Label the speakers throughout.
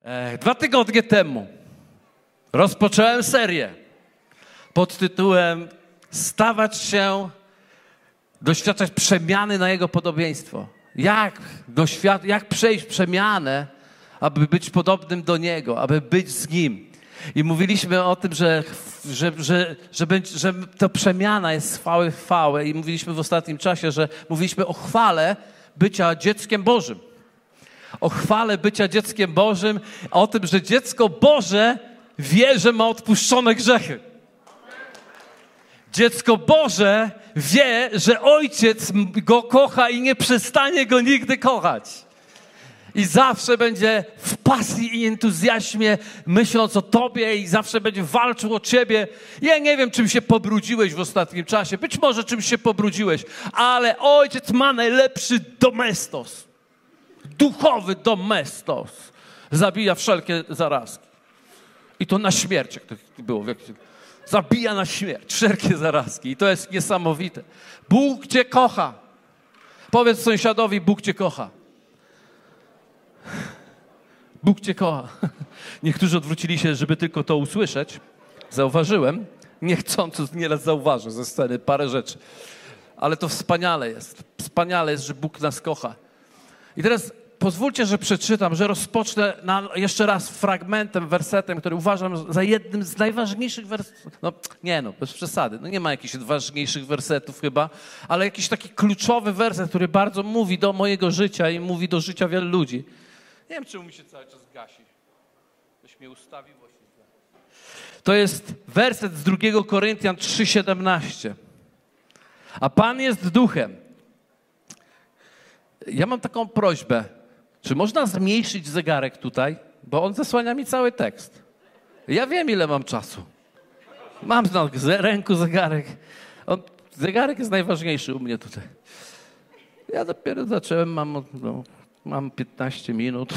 Speaker 1: 2 tygodnie temu rozpocząłem serię pod tytułem Stawać się, doświadczać przemiany na Jego podobieństwo. Jak przejść przemianę, aby być podobnym do Niego, aby być z Nim. I mówiliśmy o tym, że to przemiana jest z chwały w chwałę. I mówiliśmy w ostatnim czasie, że mówiliśmy o chwale bycia dzieckiem Bożym. O chwale bycia dzieckiem Bożym, o tym, że dziecko Boże wie, że ma odpuszczone grzechy. Dziecko Boże wie, że Ojciec go kocha i nie przestanie go nigdy kochać. I zawsze będzie w pasji i entuzjazmie myśląc o Tobie i zawsze będzie walczył o Ciebie. Ja nie wiem, czym się pobrudziłeś w ostatnim czasie. Być może czymś się pobrudziłeś, ale Ojciec ma najlepszy domestos. Duchowy domestos. Zabija wszelkie zarazki. I to na śmierć, jak to było. Zabija na śmierć wszelkie zarazki. I to jest niesamowite. Bóg Cię kocha. Powiedz sąsiadowi, Bóg Cię kocha. Bóg Cię kocha. Niektórzy odwrócili się, żeby tylko to usłyszeć. Zauważyłem. Niechcący nieraz zauważę ze sceny parę rzeczy. Ale to wspaniale jest. Wspaniale jest, że Bóg nas kocha. I teraz pozwólcie, że przeczytam, że rozpocznę jeszcze raz fragmentem, wersetem, który uważam za jednym z najważniejszych wersetów. Bez przesady. Nie ma jakichś ważniejszych wersetów chyba, ale jakiś taki kluczowy werset, który bardzo mówi do mojego życia i mówi do życia wielu ludzi. Nie wiem, czemu mi się cały czas gasi. Ktoś mnie ustawił właśnie. To jest werset z 2 Koryntian 3,17. A Pan jest duchem. Ja mam taką prośbę. Czy można zmniejszyć zegarek tutaj? Bo on zasłania mi cały tekst. Ja wiem, ile mam czasu. Mam na ręku zegarek. Zegarek jest najważniejszy u mnie tutaj. Ja dopiero zacząłem, mam 15 minut.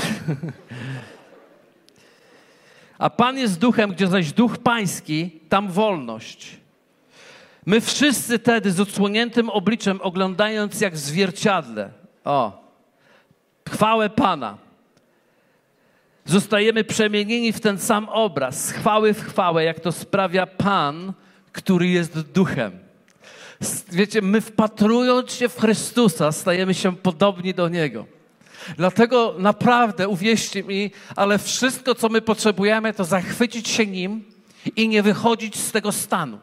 Speaker 1: A Pan jest duchem, gdzie zaś duch pański, tam wolność. My wszyscy tedy z odsłoniętym obliczem, oglądając jak w zwierciadle, chwałę Pana, zostajemy przemienieni w ten sam obraz, z chwały w chwałę, jak to sprawia Pan, który jest duchem. Wiecie, my wpatrując się w Chrystusa, stajemy się podobni do Niego. Dlatego naprawdę, uwierzcie mi, ale wszystko, co my potrzebujemy, to zachwycić się Nim i nie wychodzić z tego stanu.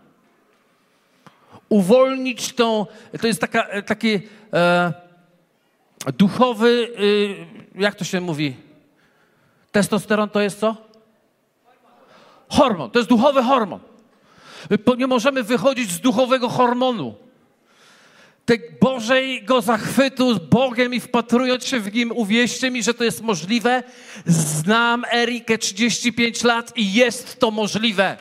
Speaker 1: Uwolnić to jest taki duchowy, jak to się mówi? Testosteron to jest co? Hormon. To jest duchowy hormon. Nie możemy wychodzić z duchowego hormonu. Bożego zachwytu z Bogiem i wpatrując się w Nim, uwierzcie mi, że to jest możliwe. Znam Erikę 35 lat i jest to możliwe.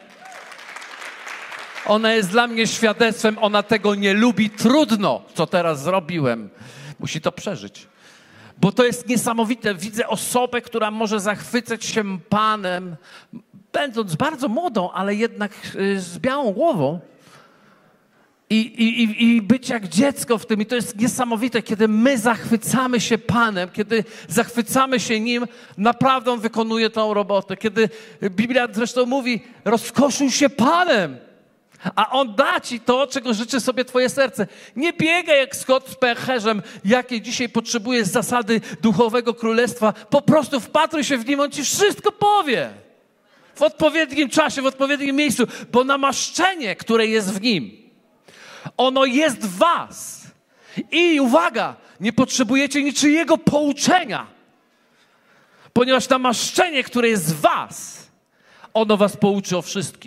Speaker 1: Ona jest dla mnie świadectwem, ona tego nie lubi. Trudno, co teraz zrobiłem. Musi to przeżyć. Bo to jest niesamowite. Widzę osobę, która może zachwycać się Panem, będąc bardzo młodą, ale jednak z białą głową. I być jak dziecko w tym. I to jest niesamowite, kiedy my zachwycamy się Panem, kiedy zachwycamy się Nim, naprawdę On wykonuje tą robotę. Kiedy Biblia zresztą mówi, rozkoszuj się Panem, a On da ci to, czego życzy sobie twoje serce. Nie biegaj jak Scott z pęcherzem, jakie dzisiaj potrzebujesz zasady duchowego królestwa. Po prostu wpatruj się w Nim, On ci wszystko powie. W odpowiednim czasie, w odpowiednim miejscu, bo namaszczenie, które jest w Nim, ono jest w was. I uwaga, nie potrzebujecie niczyjego pouczenia, ponieważ namaszczenie, które jest w was, ono was pouczy o wszystkim.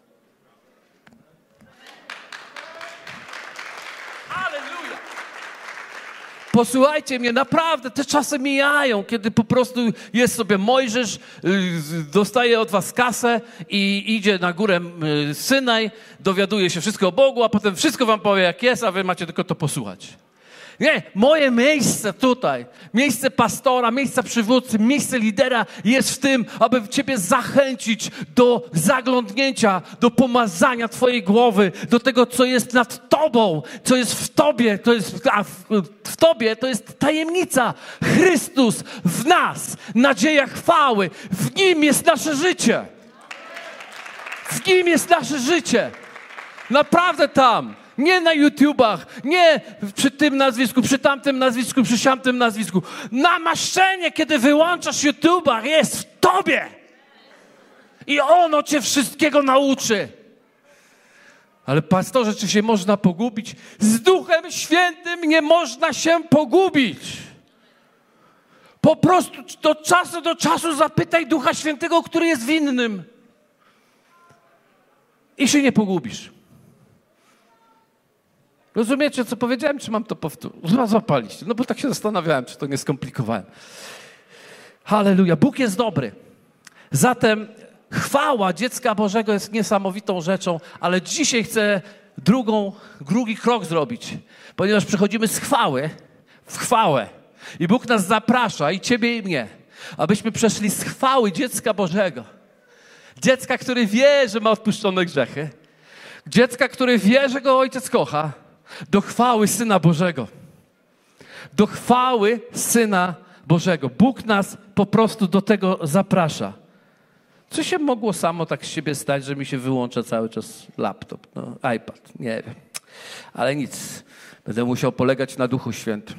Speaker 1: Halleluja! Posłuchajcie mnie, naprawdę te czasy mijają, kiedy po prostu jest sobie Mojżesz, dostaje od was kasę i idzie na górę Synaj, dowiaduje się wszystko o Bogu, a potem wszystko wam powie jak jest, a wy macie tylko to posłuchać. Nie, moje miejsce tutaj, miejsce pastora, miejsce przywódcy, miejsce lidera jest w tym, aby Ciebie zachęcić do zaglądnięcia, do pomazania Twojej głowy, do tego, co jest nad Tobą, co jest w Tobie, w Tobie to jest tajemnica. Chrystus w nas, nadzieja chwały, w Nim jest nasze życie. W Nim jest nasze życie. Naprawdę tam. Nie na YouTubach, nie przy tym nazwisku, przy tamtym nazwisku, przy siamtym nazwisku. Namaszczenie, kiedy wyłączasz YouTuba, jest w Tobie. I ono Cię wszystkiego nauczy. Ale pastorze, czy się można pogubić? Z Duchem Świętym nie można się pogubić. Po prostu do czasu zapytaj Ducha Świętego, który jest winnym. I się nie pogubisz. Rozumiecie, co powiedziałem, czy mam to powtórzyć? Złapaliście. No bo tak się zastanawiałem, czy to nie skomplikowałem. Halleluja. Bóg jest dobry. Zatem chwała dziecka Bożego jest niesamowitą rzeczą, ale dzisiaj chcę drugi krok zrobić, ponieważ przechodzimy z chwały w chwałę. I Bóg nas zaprasza, i Ciebie, i mnie, abyśmy przeszli z chwały dziecka Bożego. Dziecka, który wie, że ma odpuszczone grzechy. Dziecka, który wie, że go Ojciec kocha. Do chwały Syna Bożego. Do chwały Syna Bożego. Bóg nas po prostu do tego zaprasza. Co się mogło samo tak z siebie stać, że mi się wyłącza cały czas laptop, iPad, nie wiem. Ale nic. Będę musiał polegać na Duchu Świętym.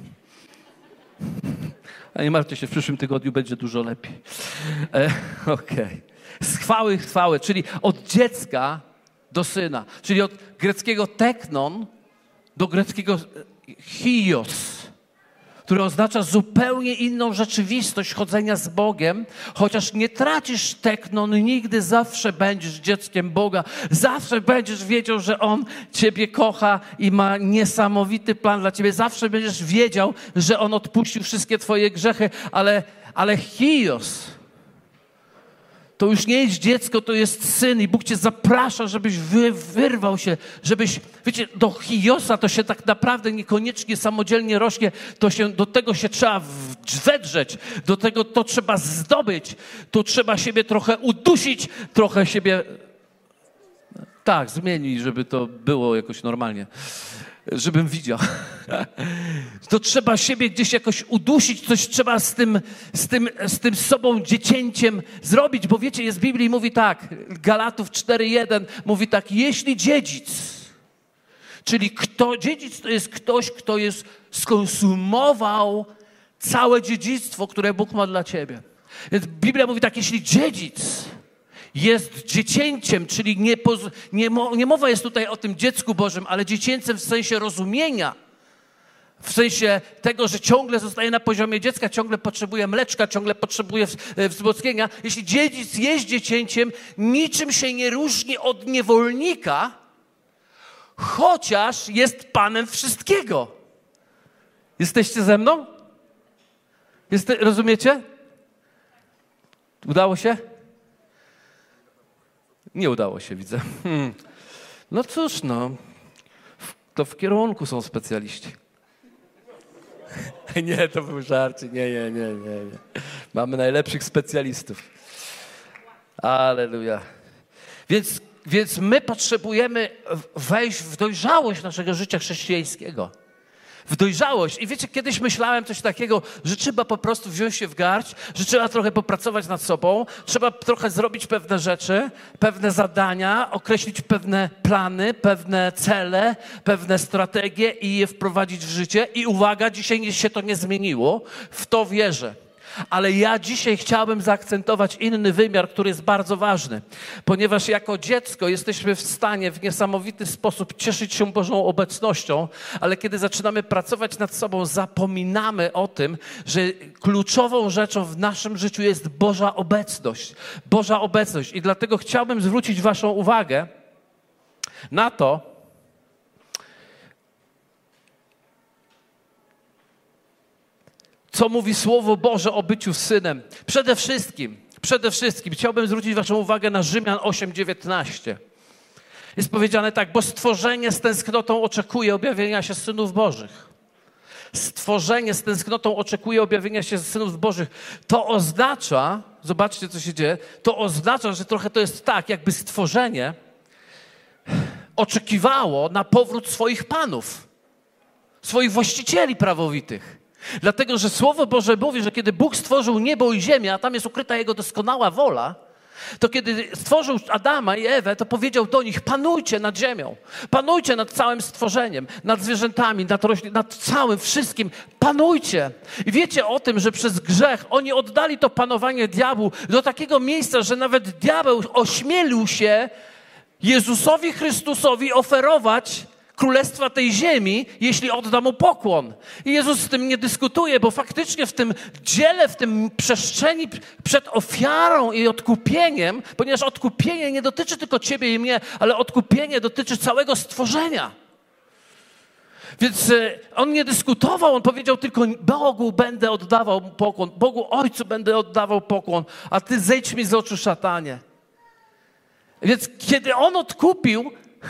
Speaker 1: A nie martwcie się, w przyszłym tygodniu będzie dużo lepiej. Okej. Z chwały w chwałę, czyli od dziecka do syna. Czyli od greckiego teknon do greckiego hios, który oznacza zupełnie inną rzeczywistość chodzenia z Bogiem, chociaż nie tracisz teknon nigdy, zawsze będziesz dzieckiem Boga, zawsze będziesz wiedział, że On Ciebie kocha i ma niesamowity plan dla Ciebie, zawsze będziesz wiedział, że On odpuścił wszystkie Twoje grzechy, ale hios to już nie jest dziecko, to jest syn i Bóg Cię zaprasza, żebyś wyrwał się, żebyś, wiecie, do hiosa to się tak naprawdę niekoniecznie samodzielnie rośnie, do tego się trzeba wedrzeć, do tego to trzeba zdobyć, to trzeba siebie trochę udusić, trochę siebie, tak, zmienić, żeby to było jakoś normalnie. Żebym widział. To trzeba siebie gdzieś jakoś udusić, coś trzeba z tym sobą dziecięciem zrobić, bo wiecie, jest w Biblii, mówi tak, Galatów 4:1 mówi tak, jeśli dziedzic, czyli dziedzic to jest ktoś, kto skonsumował całe dziedzictwo, które Bóg ma dla ciebie. Więc Biblia mówi tak, jeśli dziedzic jest dziecięciem, czyli nie mowa jest tutaj o tym dziecku Bożym, ale dziecięcym w sensie rozumienia, w sensie tego, że ciągle zostaje na poziomie dziecka, ciągle potrzebuje mleczka, ciągle potrzebuje wzmocnienia. Jeśli dziedzic jest dziecięciem, niczym się nie różni od niewolnika, chociaż jest panem wszystkiego. Jesteście ze mną? Rozumiecie? Udało się? Nie udało się, widzę. No cóż, to w kierunku są specjaliści. Nie, to był żarcie. Nie. Mamy najlepszych specjalistów. Alleluja. Więc my potrzebujemy wejść w dojrzałość naszego życia chrześcijańskiego. W dojrzałość. I wiecie, kiedyś myślałem coś takiego, że trzeba po prostu wziąć się w garść, że trzeba trochę popracować nad sobą, trzeba trochę zrobić pewne rzeczy, pewne zadania, określić pewne plany, pewne cele, pewne strategie i je wprowadzić w życie. I uwaga, dzisiaj się to nie zmieniło. W to wierzę. Ale ja dzisiaj chciałbym zaakcentować inny wymiar, który jest bardzo ważny. Ponieważ jako dziecko jesteśmy w stanie w niesamowity sposób cieszyć się Bożą obecnością, ale kiedy zaczynamy pracować nad sobą, zapominamy o tym, że kluczową rzeczą w naszym życiu jest Boża obecność. Boża obecność. I dlatego chciałbym zwrócić waszą uwagę na to, co mówi Słowo Boże o byciu synem. Przede wszystkim chciałbym zwrócić waszą uwagę na Rzymian 8:19. Jest powiedziane tak, bo stworzenie z tęsknotą oczekuje objawienia się synów Bożych. stworzenie z tęsknotą oczekuje objawienia się synów Bożych. To oznacza, zobaczcie co się dzieje, to oznacza, że trochę to jest tak, jakby stworzenie oczekiwało na powrót swoich panów, swoich właścicieli prawowitych. Dlatego, że Słowo Boże mówi, że kiedy Bóg stworzył niebo i ziemię, a tam jest ukryta Jego doskonała wola, to kiedy stworzył Adama i Ewę, to powiedział do nich: panujcie nad ziemią, panujcie nad całym stworzeniem, nad zwierzętami, nad całym wszystkim, panujcie. I wiecie o tym, że przez grzech oni oddali to panowanie diabłu do takiego miejsca, że nawet diabeł ośmielił się Jezusowi Chrystusowi oferować królestwa tej ziemi, jeśli odda mu pokłon. I Jezus z tym nie dyskutuje, bo faktycznie w tym dziele, w tym przestrzeni przed ofiarą i odkupieniem, ponieważ odkupienie nie dotyczy tylko ciebie i mnie, ale odkupienie dotyczy całego stworzenia. Więc on nie dyskutował, on powiedział tylko: Bogu będę oddawał pokłon, Bogu Ojcu będę oddawał pokłon, a ty zejdź mi z oczu, szatanie. Więc kiedy on odkupił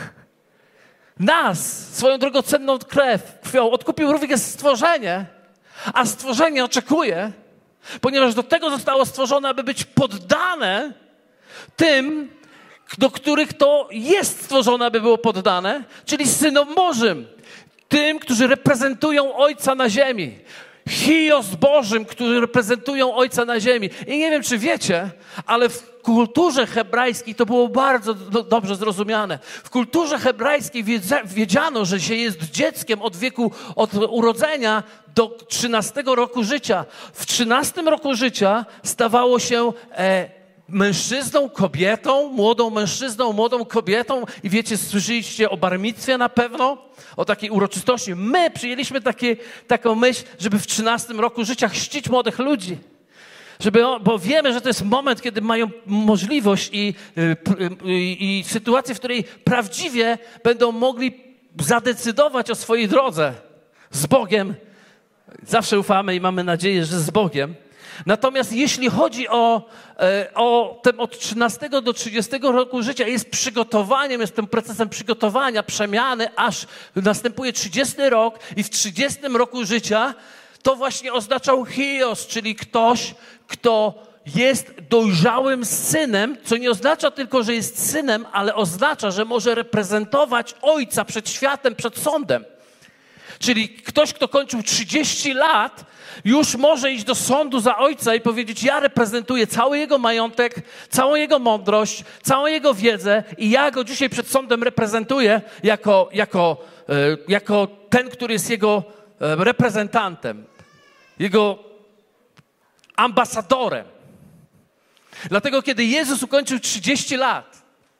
Speaker 1: nas, swoją drogocenną krwią, odkupił również stworzenie, a stworzenie oczekuje, ponieważ do tego zostało stworzone, aby być poddane tym, do których to jest stworzone, aby było poddane, czyli synom Bożym, tym, którzy reprezentują Ojca na ziemi. Chios Bożym, którzy reprezentują Ojca na ziemi. I nie wiem, czy wiecie, ale w kulturze hebrajskiej to było bardzo dobrze zrozumiane. W kulturze hebrajskiej wiedziano, że się jest dzieckiem od urodzenia do 13 roku życia. W 13 roku życia stawało się mężczyzną, kobietą, młodą kobietą. I wiecie, słyszeliście o bar micwie na pewno? O takiej uroczystości. My przyjęliśmy taką myśl, żeby w 13 roku życia chrzcić młodych ludzi. Bo wiemy, że to jest moment, kiedy mają możliwość i sytuację, w której prawdziwie będą mogli zadecydować o swojej drodze z Bogiem. Zawsze ufamy i mamy nadzieję, że z Bogiem. Natomiast jeśli chodzi o ten od 13 do 30 roku życia, jest przygotowaniem, jest tym procesem przygotowania, przemiany, aż następuje 30 rok i w 30 roku życia to właśnie oznaczał chios, czyli ktoś, kto jest dojrzałym synem, co nie oznacza tylko, że jest synem, ale oznacza, że może reprezentować ojca przed światem, przed sądem. Czyli ktoś, kto kończył 30 lat, już może iść do sądu za ojca i powiedzieć: ja reprezentuję cały jego majątek, całą jego mądrość, całą jego wiedzę i ja go dzisiaj przed sądem reprezentuję jako ten, który jest jego reprezentantem, jego ambasadorem. Dlatego, kiedy Jezus ukończył 30 lat,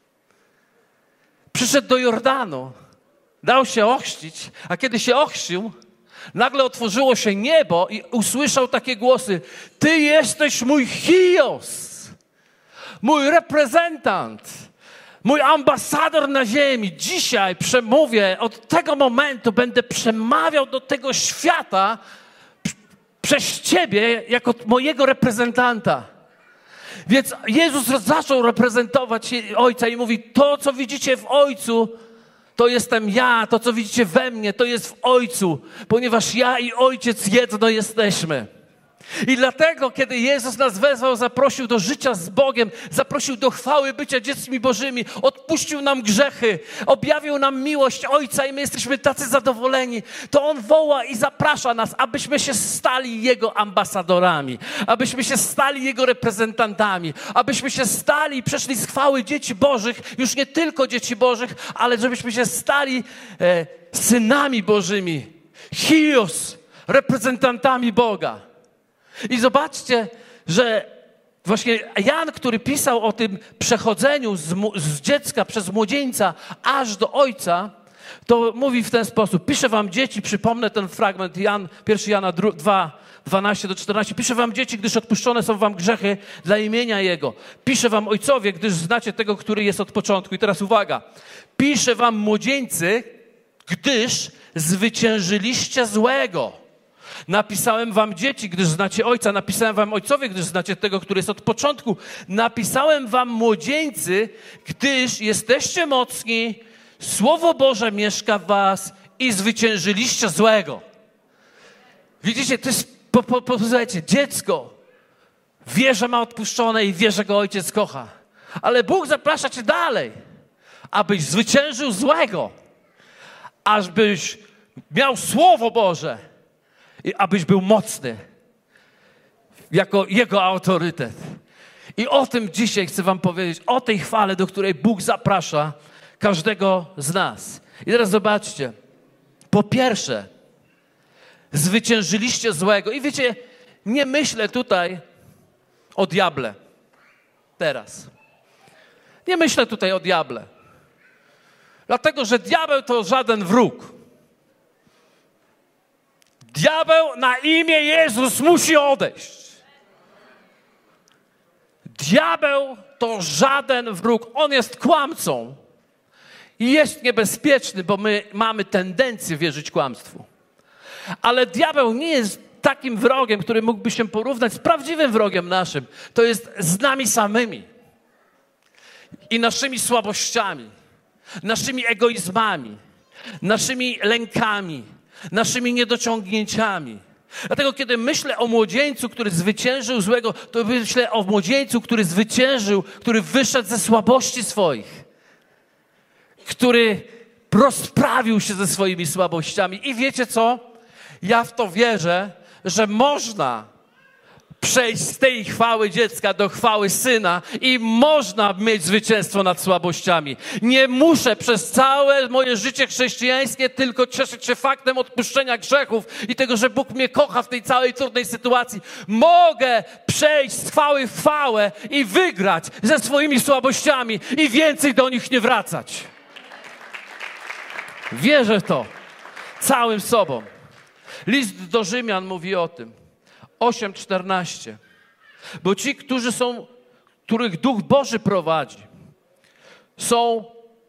Speaker 1: przyszedł do Jordanu, dał się ochrzcić, a kiedy się ochrzcił, nagle otworzyło się niebo i usłyszał takie głosy: ty jesteś mój chios, mój reprezentant, mój ambasador na ziemi. Dzisiaj przemówię, od tego momentu będę przemawiał do tego świata przez ciebie jako mojego reprezentanta. Więc Jezus zaczął reprezentować Ojca i mówi: to, co widzicie w Ojcu, to jestem ja, to, co widzicie we mnie, to jest w Ojcu, ponieważ ja i Ojciec jedno jesteśmy. I dlatego, kiedy Jezus nas wezwał, zaprosił do życia z Bogiem, zaprosił do chwały bycia dziećmi Bożymi, odpuścił nam grzechy, objawił nam miłość Ojca i my jesteśmy tacy zadowoleni, to On woła i zaprasza nas, abyśmy się stali Jego ambasadorami, abyśmy się stali Jego reprezentantami, abyśmy się stali i przeszli z chwały dzieci Bożych, już nie tylko dzieci Bożych, ale żebyśmy się stali synami Bożymi, chios, reprezentantami Boga. I zobaczcie, że właśnie Jan, który pisał o tym przechodzeniu z dziecka przez młodzieńca aż do ojca, to mówi w ten sposób: piszę wam, dzieci, przypomnę ten fragment, 1 Jana 2, 12-14. Piszę wam, dzieci, gdyż odpuszczone są wam grzechy dla imienia Jego. Piszę wam, ojcowie, gdyż znacie tego, który jest od początku. I teraz uwaga. Piszę wam, młodzieńcy, gdyż zwyciężyliście złego. Napisałem wam, dzieci, gdyż znacie Ojca. Napisałem wam, ojcowie, gdyż znacie tego, który jest od początku. Napisałem wam, młodzieńcy, gdyż jesteście mocni, Słowo Boże mieszka w was i zwyciężyliście złego. Widzicie, to jest, posłuchajcie, dziecko wie, że ma odpuszczone i wie, że go ojciec kocha. Ale Bóg zaprasza cię dalej, abyś zwyciężył złego, ażbyś miał Słowo Boże i abyś był mocny jako Jego autorytet. I o tym dzisiaj chcę wam powiedzieć, o tej chwale, do której Bóg zaprasza każdego z nas. I teraz zobaczcie, po pierwsze, zwyciężyliście złego. I wiecie, nie myślę tutaj o diable. Teraz. Nie myślę tutaj o diable. Dlatego, że diabeł to żaden wróg. Diabeł na imię Jezus musi odejść. Diabeł to żaden wróg. On jest kłamcą. I jest niebezpieczny, bo my mamy tendencję wierzyć kłamstwu. Ale diabeł nie jest takim wrogiem, który mógłby się porównać z prawdziwym wrogiem naszym. To jest z nami samymi. I naszymi słabościami, naszymi egoizmami, naszymi lękami, naszymi niedociągnięciami. Dlatego, kiedy myślę o młodzieńcu, który zwyciężył złego, to myślę o młodzieńcu, który zwyciężył, który wyszedł ze słabości swoich, który rozprawił się ze swoimi słabościami. I wiecie co? Ja w to wierzę, że można przejść z tej chwały dziecka do chwały syna i można mieć zwycięstwo nad słabościami. Nie muszę przez całe moje życie chrześcijańskie tylko cieszyć się faktem odpuszczenia grzechów i tego, że Bóg mnie kocha w tej całej trudnej sytuacji. Mogę przejść z chwały w chwałę i wygrać ze swoimi słabościami i więcej do nich nie wracać. Wierzę w to całym sobą. List do Rzymian mówi o tym. 8:14. Bo ci, których Duch Boży prowadzi, są,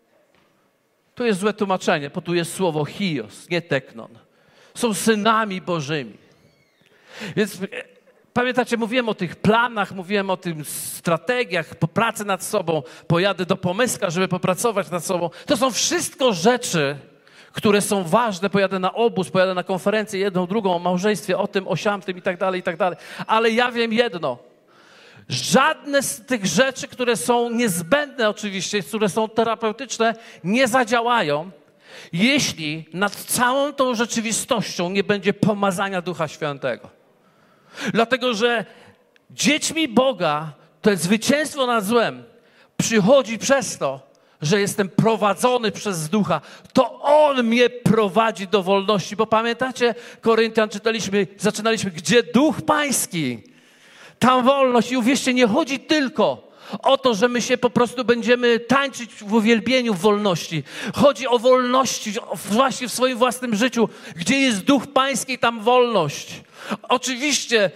Speaker 1: tu jest złe tłumaczenie, bo tu jest słowo hios, nie teknon. Są synami Bożymi. Więc pamiętacie, mówiłem o tych planach, mówiłem o tych strategiach, po pracy nad sobą, pojadę do Pomyska, żeby popracować nad sobą. To są wszystko rzeczy, które są ważne, pojadę na obóz, pojadę na konferencję, jedną, drugą, o małżeństwie, o tym, o siamtym i tak dalej, i tak dalej. Ale ja wiem jedno. Żadne z tych rzeczy, które są niezbędne oczywiście, które są terapeutyczne, nie zadziałają, jeśli nad całą tą rzeczywistością nie będzie pomazania Ducha Świętego. Dlatego, że dziećmi Boga to zwycięstwo nad złem przychodzi przez to, że jestem prowadzony przez Ducha. To On mnie prowadzi do wolności. Bo pamiętacie, Koryntian zaczynaliśmy, gdzie Duch Pański, tam wolność. I uwierzcie, nie chodzi tylko o to, że my się po prostu będziemy tańczyć w uwielbieniu w wolności. Chodzi o wolności właśnie w swoim własnym życiu. Gdzie jest Duch Pański, tam wolność. Oczywiście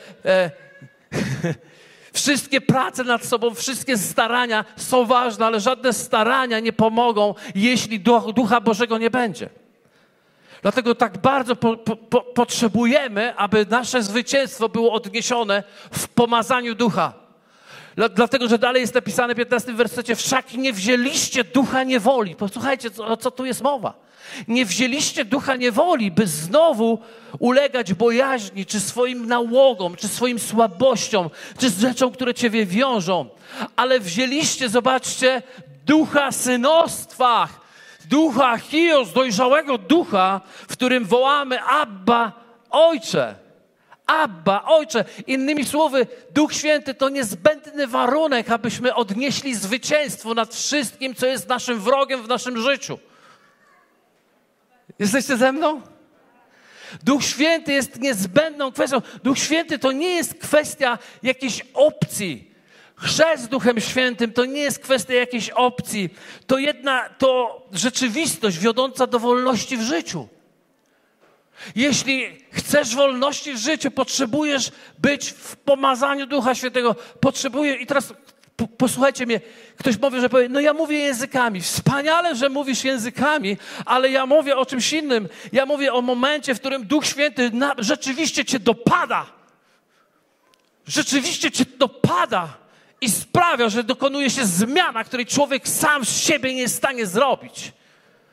Speaker 1: wszystkie prace nad sobą, wszystkie starania są ważne, ale żadne starania nie pomogą, jeśli Ducha Bożego nie będzie. Dlatego tak bardzo potrzebujemy, aby nasze zwycięstwo było odniesione w pomazaniu Ducha. Dlatego, że dalej jest napisane w 15 wersecie, wszak nie wzięliście ducha niewoli. Posłuchajcie, o co tu jest mowa. Nie wzięliście ducha niewoli, by znowu ulegać bojaźni, czy swoim nałogom, czy swoim słabościom, czy z rzeczą, które ciebie wiążą. Ale wzięliście, zobaczcie, ducha synostwa, ducha hios, dojrzałego ducha, w którym wołamy Abba, Ojcze. Abba, Ojcze. Innymi słowy, Duch Święty to niezbędny warunek, abyśmy odnieśli zwycięstwo nad wszystkim, co jest naszym wrogiem w naszym życiu. Jesteście ze mną? Duch Święty jest niezbędną kwestią. Duch Święty to nie jest kwestia jakiejś opcji. Chrzest Duchem Świętym to nie jest kwestia jakiejś opcji. To rzeczywistość wiodąca do wolności w życiu. Jeśli chcesz wolności w życiu, potrzebujesz być w pomazaniu Ducha Świętego. I teraz posłuchajcie mnie, ktoś powie, no ja mówię językami. Wspaniale, że mówisz językami, ale ja mówię o czymś innym. Ja mówię o momencie, w którym Duch Święty rzeczywiście cię dopada. Rzeczywiście cię dopada i sprawia, że dokonuje się zmiana, której człowiek sam z siebie nie jest w stanie zrobić.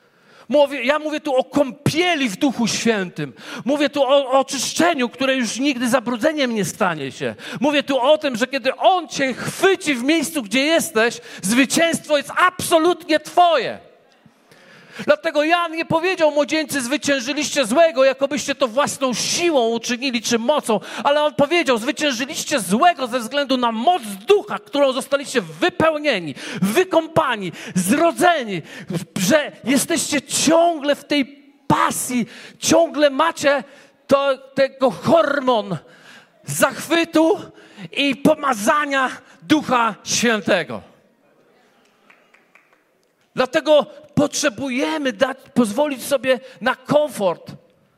Speaker 1: Ja mówię tu o kąpieli w Duchu Świętym. Mówię tu o oczyszczeniu, które już nigdy zabrudzeniem nie stanie się. Mówię tu o tym, że kiedy On cię chwyci w miejscu, gdzie jesteś, zwycięstwo jest absolutnie twoje. Dlatego Jan nie powiedział: młodzieńcy, zwyciężyliście złego, jakobyście to własną siłą uczynili czy mocą, ale on powiedział: zwyciężyliście złego ze względu na moc Ducha, którą zostaliście wypełnieni, wykąpani, zrodzeni, że jesteście ciągle w tej pasji, ciągle macie tego hormon zachwytu i pomazania Ducha Świętego. Dlatego potrzebujemy pozwolić sobie na komfort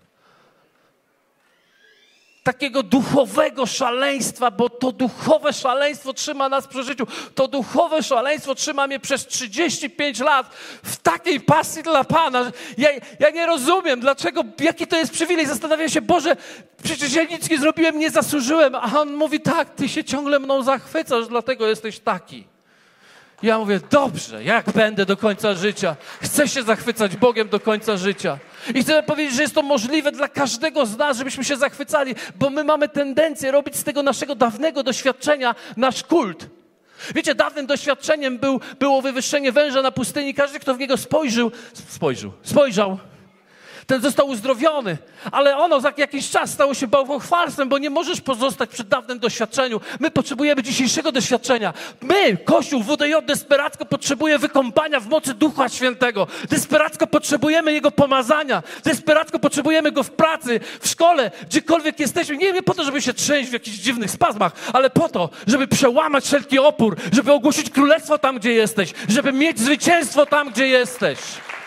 Speaker 1: takiego duchowego szaleństwa, bo to duchowe szaleństwo trzyma nas przy życiu. To duchowe szaleństwo trzyma mnie przez 35 lat w takiej pasji dla Pana. Ja nie rozumiem, dlaczego, jaki to jest przywilej. Zastanawiam się: Boże, przecież ja nic nie zrobiłem, nie zasłużyłem. A On mówi: tak, Ty się ciągle mną zachwycasz, dlatego jesteś taki. Ja mówię: dobrze, jak będę do końca życia. Chcę się zachwycać Bogiem do końca życia. I chcę powiedzieć, że jest to możliwe dla każdego z nas, żebyśmy się zachwycali, bo my mamy tendencję robić z tego naszego dawnego doświadczenia nasz kult. Wiecie, dawnym doświadczeniem było wywyższenie węża na pustyni. Każdy, kto w niego spojrzał, ten został uzdrowiony, ale ono za jakiś czas stało się bałwochwalstwem, bo nie możesz pozostać przy dawnym doświadczeniu. My potrzebujemy dzisiejszego doświadczenia. My, Kościół WDJ, desperacko potrzebuje wykąpania w mocy Ducha Świętego. Desperacko potrzebujemy Jego pomazania. Desperacko potrzebujemy Go w pracy, w szkole, gdziekolwiek jesteśmy. Nie po to, żeby się trzęść w jakichś dziwnych spazmach, ale po to, żeby przełamać wszelki opór, żeby ogłosić królestwo tam, gdzie jesteś, żeby mieć zwycięstwo tam, gdzie jesteś.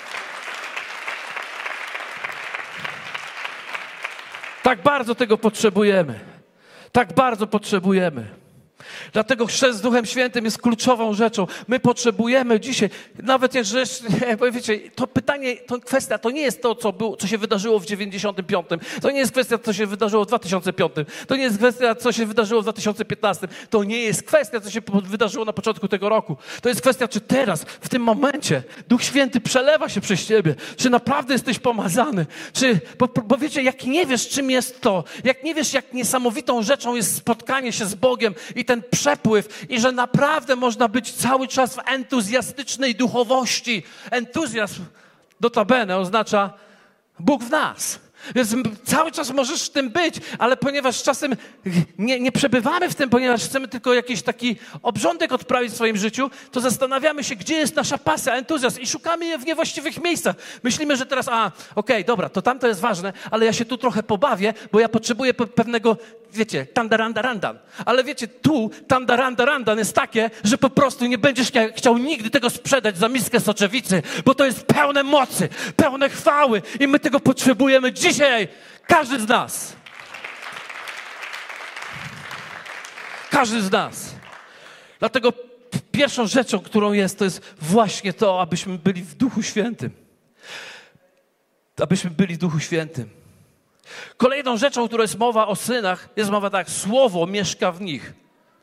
Speaker 1: Tak bardzo tego potrzebujemy. Tak bardzo potrzebujemy. Dlatego chrzest Duchem Świętym jest kluczową rzeczą. My potrzebujemy dzisiaj, nawet jeżeli, wiecie, to pytanie, to kwestia, to nie jest to, co się wydarzyło w 95. To nie jest kwestia, co się wydarzyło w 2005. To nie jest kwestia, co się wydarzyło w 2015. To nie jest kwestia, co się wydarzyło na początku tego roku. To jest kwestia, czy teraz, w tym momencie Duch Święty przelewa się przez ciebie. Czy naprawdę jesteś pomazany. Bo wiecie, jak nie wiesz, czym jest to, jak nie wiesz, jak niesamowitą rzeczą jest spotkanie się z Bogiem i ten przepływ, i że naprawdę można być cały czas w entuzjastycznej duchowości. Entuzjazm, notabene, oznacza Bóg w nas. Więc cały czas możesz w tym być, ale ponieważ czasem nie przebywamy w tym, ponieważ chcemy tylko jakiś taki obrządek odprawić w swoim życiu, to zastanawiamy się, gdzie jest nasza pasja, entuzjazm i szukamy je w niewłaściwych miejscach. Myślimy, że teraz, okej, dobra, to tamto jest ważne, ale ja się tu trochę pobawię, bo ja potrzebuję pewnego, wiecie, tandarandarandan. Ale wiecie, tu tandarandarandan jest takie, że po prostu nie będziesz chciał nigdy tego sprzedać za miskę soczewicy, bo to jest pełne mocy, pełne chwały i my tego potrzebujemy dzisiaj. Każdy z nas. Każdy z nas. Dlatego pierwszą rzeczą, którą jest, to jest właśnie to, abyśmy byli w Duchu Świętym. Abyśmy byli w Duchu Świętym. Kolejną rzeczą, która jest mowa o synach, jest mowa tak: Słowo mieszka w nich.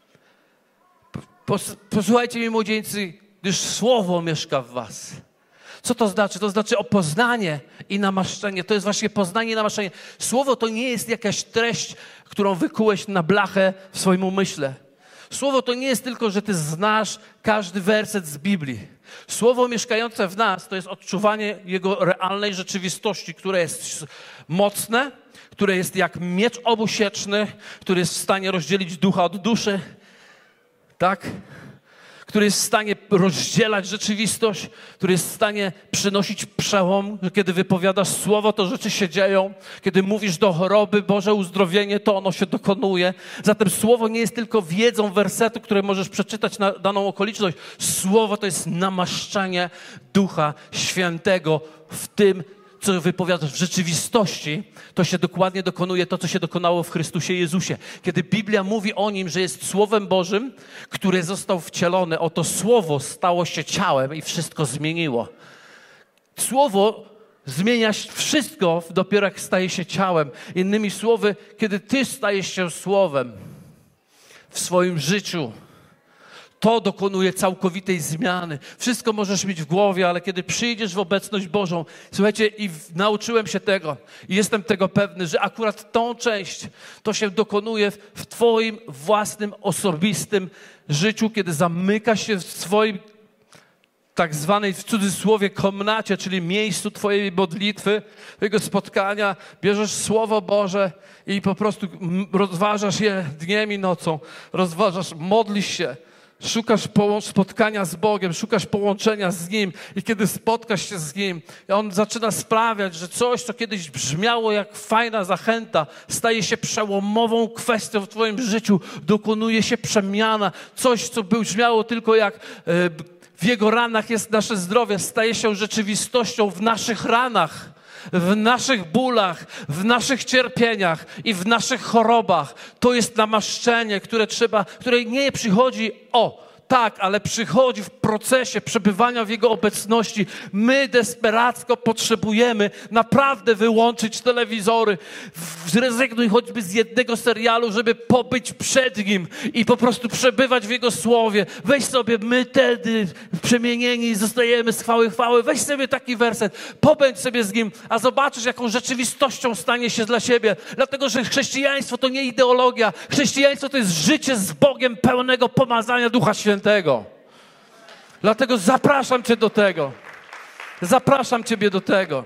Speaker 1: Posłuchajcie mnie, młodzieńcy, gdyż Słowo mieszka w was. Co to znaczy? To znaczy poznanie i namaszczenie. To jest właśnie poznanie i namaszczenie. Słowo to nie jest jakaś treść, którą wykułeś na blachę w swoim umyśle. Słowo to nie jest tylko, że ty znasz każdy werset z Biblii. Słowo mieszkające w nas to jest odczuwanie Jego realnej rzeczywistości, które jest mocne, które jest jak miecz obusieczny, który jest w stanie rozdzielić ducha od duszy. Tak? Który jest w stanie rozdzielać rzeczywistość, który jest w stanie przynosić przełom, że kiedy wypowiadasz słowo, to rzeczy się dzieją. Kiedy mówisz do choroby, Boże uzdrowienie, to ono się dokonuje. Zatem słowo nie jest tylko wiedzą wersetu, które możesz przeczytać na daną okoliczność. Słowo to jest namaszczenie Ducha Świętego w tym, co wypowiadasz w rzeczywistości, to się dokładnie dokonuje to, co się dokonało w Chrystusie Jezusie. Kiedy Biblia mówi o Nim, że jest Słowem Bożym, które został wcielone, oto Słowo stało się ciałem i wszystko zmieniło. Słowo zmienia wszystko dopiero jak staje się ciałem. Innymi słowy, kiedy Ty stajesz się Słowem w swoim życiu, To dokonuje całkowitej zmiany. Wszystko możesz mieć w głowie, ale kiedy przyjdziesz w obecność Bożą, słuchajcie, nauczyłem się tego i jestem tego pewny, że akurat tą część to się dokonuje w twoim własnym, osobistym życiu, kiedy zamykasz się w swoim tak zwanej w cudzysłowie komnacie, czyli miejscu twojej modlitwy, twojego spotkania, bierzesz Słowo Boże i po prostu rozważasz je dniem i nocą, rozważasz, modlisz się, szukasz spotkania z Bogiem, szukasz połączenia z Nim i kiedy spotkasz się z Nim, On zaczyna sprawiać, że coś, co kiedyś brzmiało jak fajna zachęta, staje się przełomową kwestią w twoim życiu, dokonuje się przemiana. Coś, co brzmiało tylko jak w Jego ranach jest nasze zdrowie, staje się rzeczywistością w naszych ranach, w naszych bólach, w naszych cierpieniach i w naszych chorobach. To jest namaszczenie, które nie przychodzi tak, ale przychodzi w procesie przebywania w Jego obecności. My desperacko potrzebujemy naprawdę wyłączyć telewizory. Zrezygnuj choćby z jednego serialu, żeby pobyć przed Nim i po prostu przebywać w Jego Słowie. Weź sobie, my wtedy przemienieni zostajemy z chwały chwały. Weź sobie taki werset, pobędź sobie z Nim, a zobaczysz, jaką rzeczywistością stanie się dla siebie. Dlatego, że chrześcijaństwo to nie ideologia. Chrześcijaństwo to jest życie z Bogiem pełnego pomazania Ducha Świętego. Dlatego zapraszam Cię do tego. Zapraszam Ciebie do tego.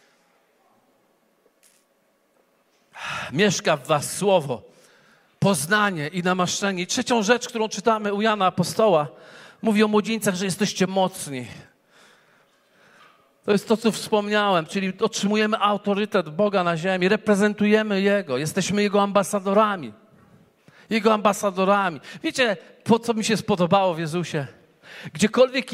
Speaker 1: Mieszka w was Słowo, poznanie i namaszczenie. I trzecią rzecz, którą czytamy u Jana Apostoła, mówi o młodzieńcach, że jesteście mocni. To jest to, co wspomniałem, czyli otrzymujemy autorytet Boga na ziemi, reprezentujemy Jego, jesteśmy Jego ambasadorami. Jego ambasadorami. Wiecie, po co mi się spodobało w Jezusie? Gdziekolwiek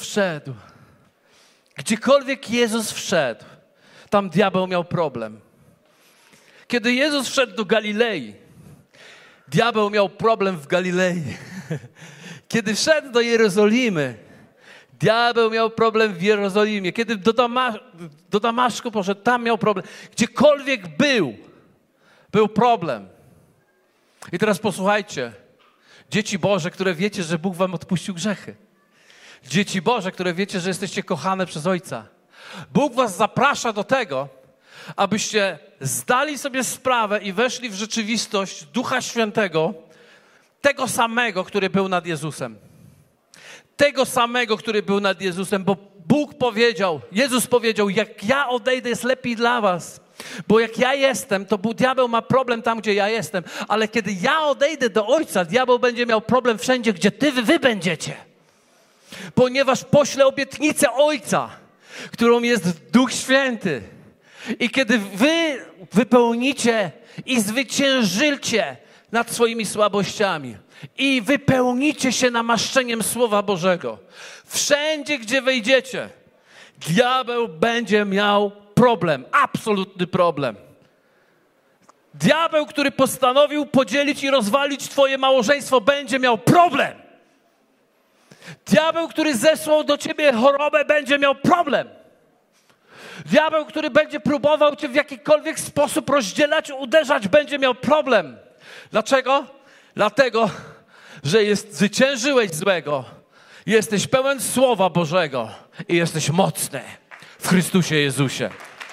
Speaker 1: Jezus wszedł, tam diabeł miał problem. Kiedy Jezus wszedł do Galilei, diabeł miał problem w Galilei. Kiedy wszedł do Jerozolimy, diabeł miał problem w Jerozolimie. Kiedy do Damaszku poszedł, tam miał problem. Gdziekolwiek był problem. I teraz posłuchajcie, dzieci Boże, które wiecie, że Bóg wam odpuścił grzechy. Dzieci Boże, które wiecie, że jesteście kochane przez Ojca. Bóg was zaprasza do tego, abyście zdali sobie sprawę i weszli w rzeczywistość Ducha Świętego, tego samego, który był nad Jezusem. Tego samego, który był nad Jezusem, bo Jezus powiedział, jak ja odejdę, jest lepiej dla was. Bo jak ja jestem, to diabeł ma problem tam, gdzie ja jestem. Ale kiedy ja odejdę do Ojca, diabeł będzie miał problem wszędzie, gdzie wy będziecie. Ponieważ poślę obietnicę Ojca, którą jest Duch Święty. I kiedy wy wypełnicie i zwyciężycie nad swoimi słabościami i wypełnicie się namaszczeniem Słowa Bożego, wszędzie, gdzie wejdziecie, diabeł będzie miał problem, absolutny problem. Diabeł, który postanowił podzielić i rozwalić twoje małżeństwo, będzie miał problem. Diabeł, który zesłał do ciebie chorobę, będzie miał problem. Diabeł, który będzie próbował cię w jakikolwiek sposób rozdzielać, uderzać, będzie miał problem. Dlaczego? Dlatego, że zwyciężyłeś złego, jesteś pełen Słowa Bożego i jesteś mocny w Chrystusie Jezusie.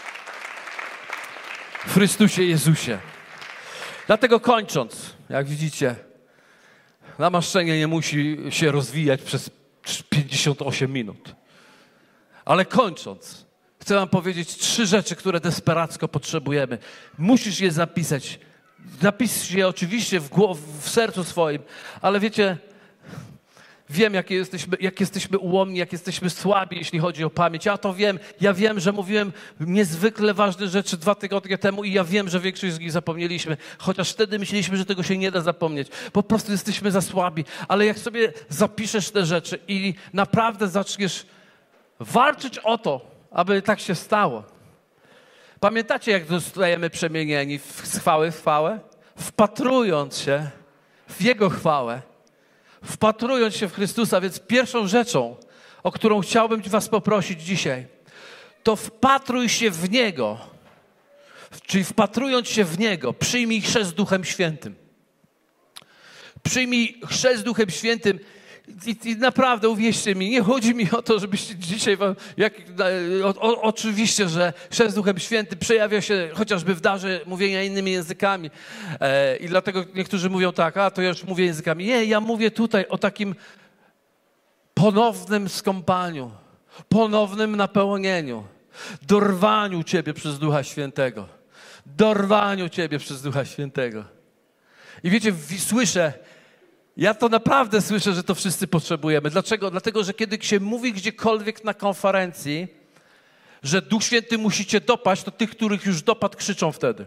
Speaker 1: W Chrystusie Jezusie. Dlatego kończąc, jak widzicie, namaszczenie nie musi się rozwijać przez 58 minut. Ale kończąc, chcę wam powiedzieć 3 rzeczy, które desperacko potrzebujemy. Musisz je zapisać. Napisz je oczywiście w sercu swoim, ale wiecie, wiem, jak jesteśmy ułomni, jak jesteśmy słabi, jeśli chodzi o pamięć. Ja to wiem. Ja wiem, że mówiłem niezwykle ważne rzeczy 2 tygodnie temu i ja wiem, że większość z nich zapomnieliśmy. Chociaż wtedy myśleliśmy, że tego się nie da zapomnieć. Po prostu jesteśmy za słabi. Ale jak sobie zapiszesz te rzeczy i naprawdę zaczniesz walczyć o to, aby tak się stało. Pamiętacie, jak zostajemy przemienieni z chwały w chwałę? Wpatrując się w Jego chwałę. Wpatrując się w Chrystusa, więc pierwszą rzeczą, o którą chciałbym was poprosić dzisiaj, to wpatruj się w Niego. Czyli wpatrując się w Niego, przyjmij chrzest Duchem Świętym. Przyjmij chrzest Duchem Świętym I naprawdę, uwierzcie mi, nie chodzi mi o to, żebyście dzisiaj oczywiście, że chrzest Duchem Świętym przejawia się chociażby w darze mówienia innymi językami. I dlatego niektórzy mówią tak, to ja już mówię językami. Nie, ja mówię tutaj o takim ponownym skąpaniu, ponownym napełnieniu, dorwaniu Ciebie przez Ducha Świętego. Dorwaniu Ciebie przez Ducha Świętego. I wiecie, słyszę, ja to naprawdę słyszę, że to wszyscy potrzebujemy. Dlaczego? Dlatego, że kiedy się mówi gdziekolwiek na konferencji, że Duch Święty musi Cię dopaść, to tych, których już dopadł, krzyczą wtedy.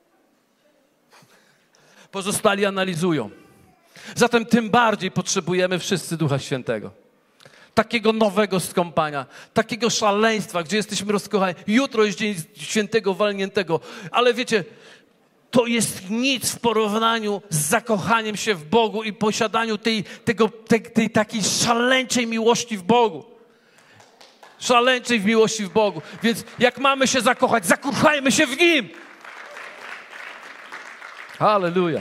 Speaker 1: Pozostali analizują. Zatem tym bardziej potrzebujemy wszyscy Ducha Świętego. Takiego nowego skąpania, takiego szaleństwa, gdzie jesteśmy rozkochani. Jutro jest Dzień Świętego Walniętego, ale wiecie, to jest nic w porównaniu z zakochaniem się w Bogu i posiadaniu tej takiej szaleńczej miłości w Bogu. Szaleńczej miłości w Bogu. Więc jak mamy się zakochać, zakochajmy się w Nim. Halleluja.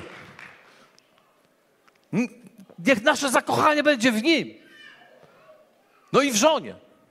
Speaker 1: Niech nasze zakochanie będzie w Nim. No i w żonie.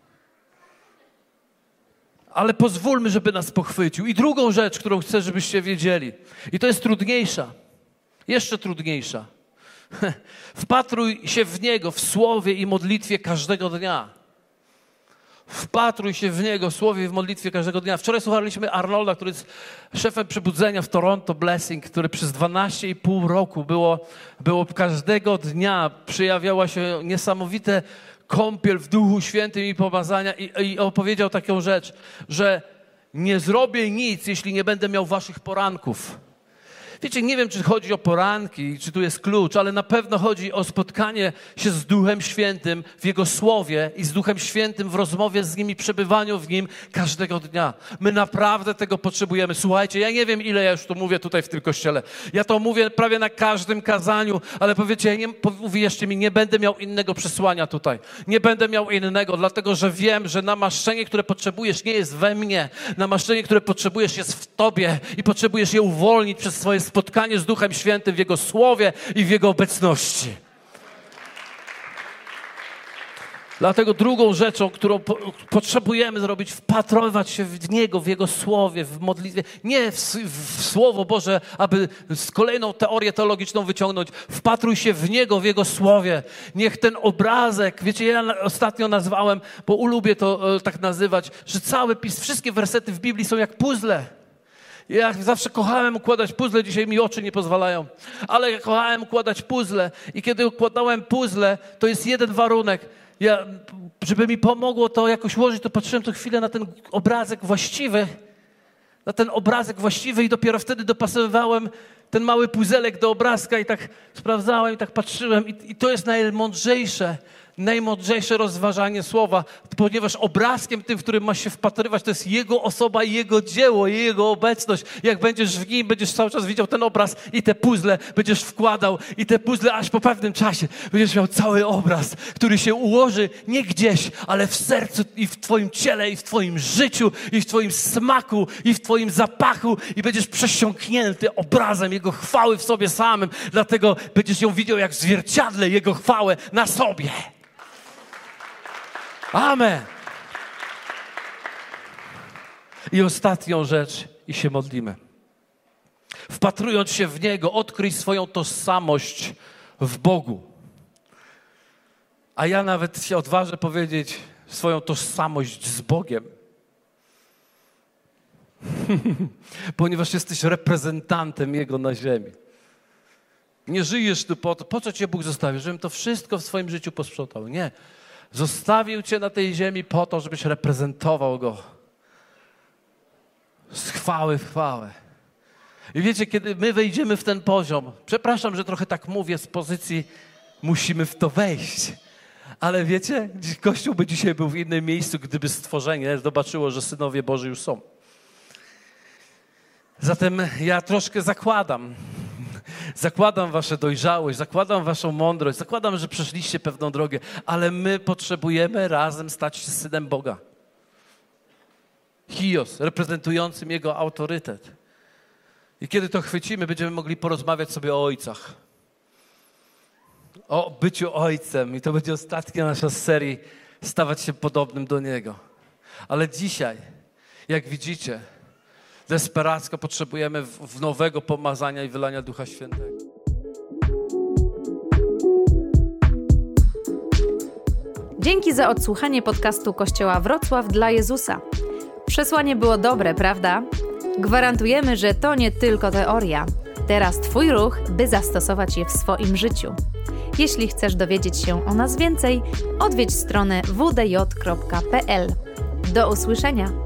Speaker 1: Ale pozwólmy, żeby nas pochwycił. I drugą rzecz, którą chcę, żebyście wiedzieli, i to jest trudniejsza, jeszcze trudniejsza. Wpatruj się w Niego, w słowie i modlitwie każdego dnia. Wpatruj się w Niego, w słowie i w modlitwie każdego dnia. Wczoraj słuchaliśmy Arnolda, który jest szefem przebudzenia w Toronto Blessing, który przez 12,5 roku było każdego dnia przejawiała się niesamowite kąpiel w Duchu Świętym i pomazania i opowiedział taką rzecz, że nie zrobię nic, jeśli nie będę miał waszych poranków. Wiecie, nie wiem, czy chodzi o poranki, czy tu jest klucz, ale na pewno chodzi o spotkanie się z Duchem Świętym w Jego Słowie i z Duchem Świętym w rozmowie z Nim i przebywaniu w Nim każdego dnia. My naprawdę tego potrzebujemy. Słuchajcie, ja nie wiem, ile ja już to mówię tutaj w tym kościele. Ja to mówię prawie na każdym kazaniu, ale powiecie, uwierzcie mi, nie będę miał innego przesłania tutaj. Nie będę miał innego, dlatego że wiem, że namaszczenie, które potrzebujesz, nie jest we mnie. Namaszczenie, które potrzebujesz, jest w Tobie i potrzebujesz je uwolnić przez swoje spotkanie z Duchem Świętym w Jego Słowie i w Jego obecności. Dlatego drugą rzeczą, którą potrzebujemy zrobić, wpatrować się w Niego, w Jego Słowie, w modlitwie. Nie w Słowo Boże, aby z kolejną teorię teologiczną wyciągnąć. Wpatruj się w Niego, w Jego Słowie. Niech ten obrazek, wiecie, ja ostatnio nazwałem, bo lubię to tak nazywać, że cały wszystkie wersety w Biblii są jak puzzle. Ja zawsze kochałem układać puzzle, dzisiaj mi oczy nie pozwalają, ale kochałem układać puzzle i kiedy układałem puzzle, to jest jeden warunek. Żeby mi pomogło to jakoś ułożyć, to patrzyłem co chwilę na ten obrazek właściwy, i dopiero wtedy dopasowywałem ten mały puzelek do obrazka i tak sprawdzałem i tak patrzyłem i to jest najmądrzejsze rozważanie słowa, ponieważ obrazkiem tym, w którym masz się wpatrywać, to jest Jego osoba i Jego dzieło, i Jego obecność. Jak będziesz w Nim, będziesz cały czas widział ten obraz i te puzzle będziesz wkładał i te puzzle aż po pewnym czasie będziesz miał cały obraz, który się ułoży nie gdzieś, ale w sercu i w Twoim ciele, i w Twoim życiu, i w Twoim smaku, i w Twoim zapachu i będziesz przesiąknięty obrazem Jego chwały w sobie samym. Dlatego będziesz ją widział jak w zwierciadle Jego chwałę na sobie. Amen. I ostatnią rzecz i się modlimy. Wpatrując się w Niego, odkryj swoją tożsamość w Bogu. A ja nawet się odważę powiedzieć swoją tożsamość z Bogiem. Ponieważ jesteś reprezentantem Jego na ziemi. Nie żyjesz tu po co Cię Bóg zostawił? Żebym to wszystko w swoim życiu posprzątał. Nie. Zostawił Cię na tej ziemi po to, żebyś reprezentował Go z chwały w chwałę. I wiecie, kiedy my wejdziemy w ten poziom, przepraszam, że trochę tak mówię z pozycji musimy w to wejść, ale wiecie, Kościół by dzisiaj był w innym miejscu, gdyby stworzenie zobaczyło, że synowie Boży już są. Zatem ja troszkę zakładam waszą dojrzałość, zakładam waszą mądrość, zakładam, że przeszliście pewną drogę, ale my potrzebujemy razem stać się synem Boga. Hios, reprezentującym Jego autorytet. I kiedy to chwycimy, będziemy mogli porozmawiać sobie o ojcach. o byciu ojcem i to będzie ostatnia nasza z serii stawać się podobnym do Niego. Ale dzisiaj, jak widzicie, desperacko potrzebujemy w nowego pomazania i wylania Ducha Świętego.
Speaker 2: Dzięki za odsłuchanie podcastu Kościoła Wrocław dla Jezusa. Przesłanie było dobre, prawda? Gwarantujemy, że to nie tylko teoria. Teraz Twój ruch, by zastosować je w swoim życiu. Jeśli chcesz dowiedzieć się o nas więcej, odwiedź stronę wdj.pl. Do usłyszenia!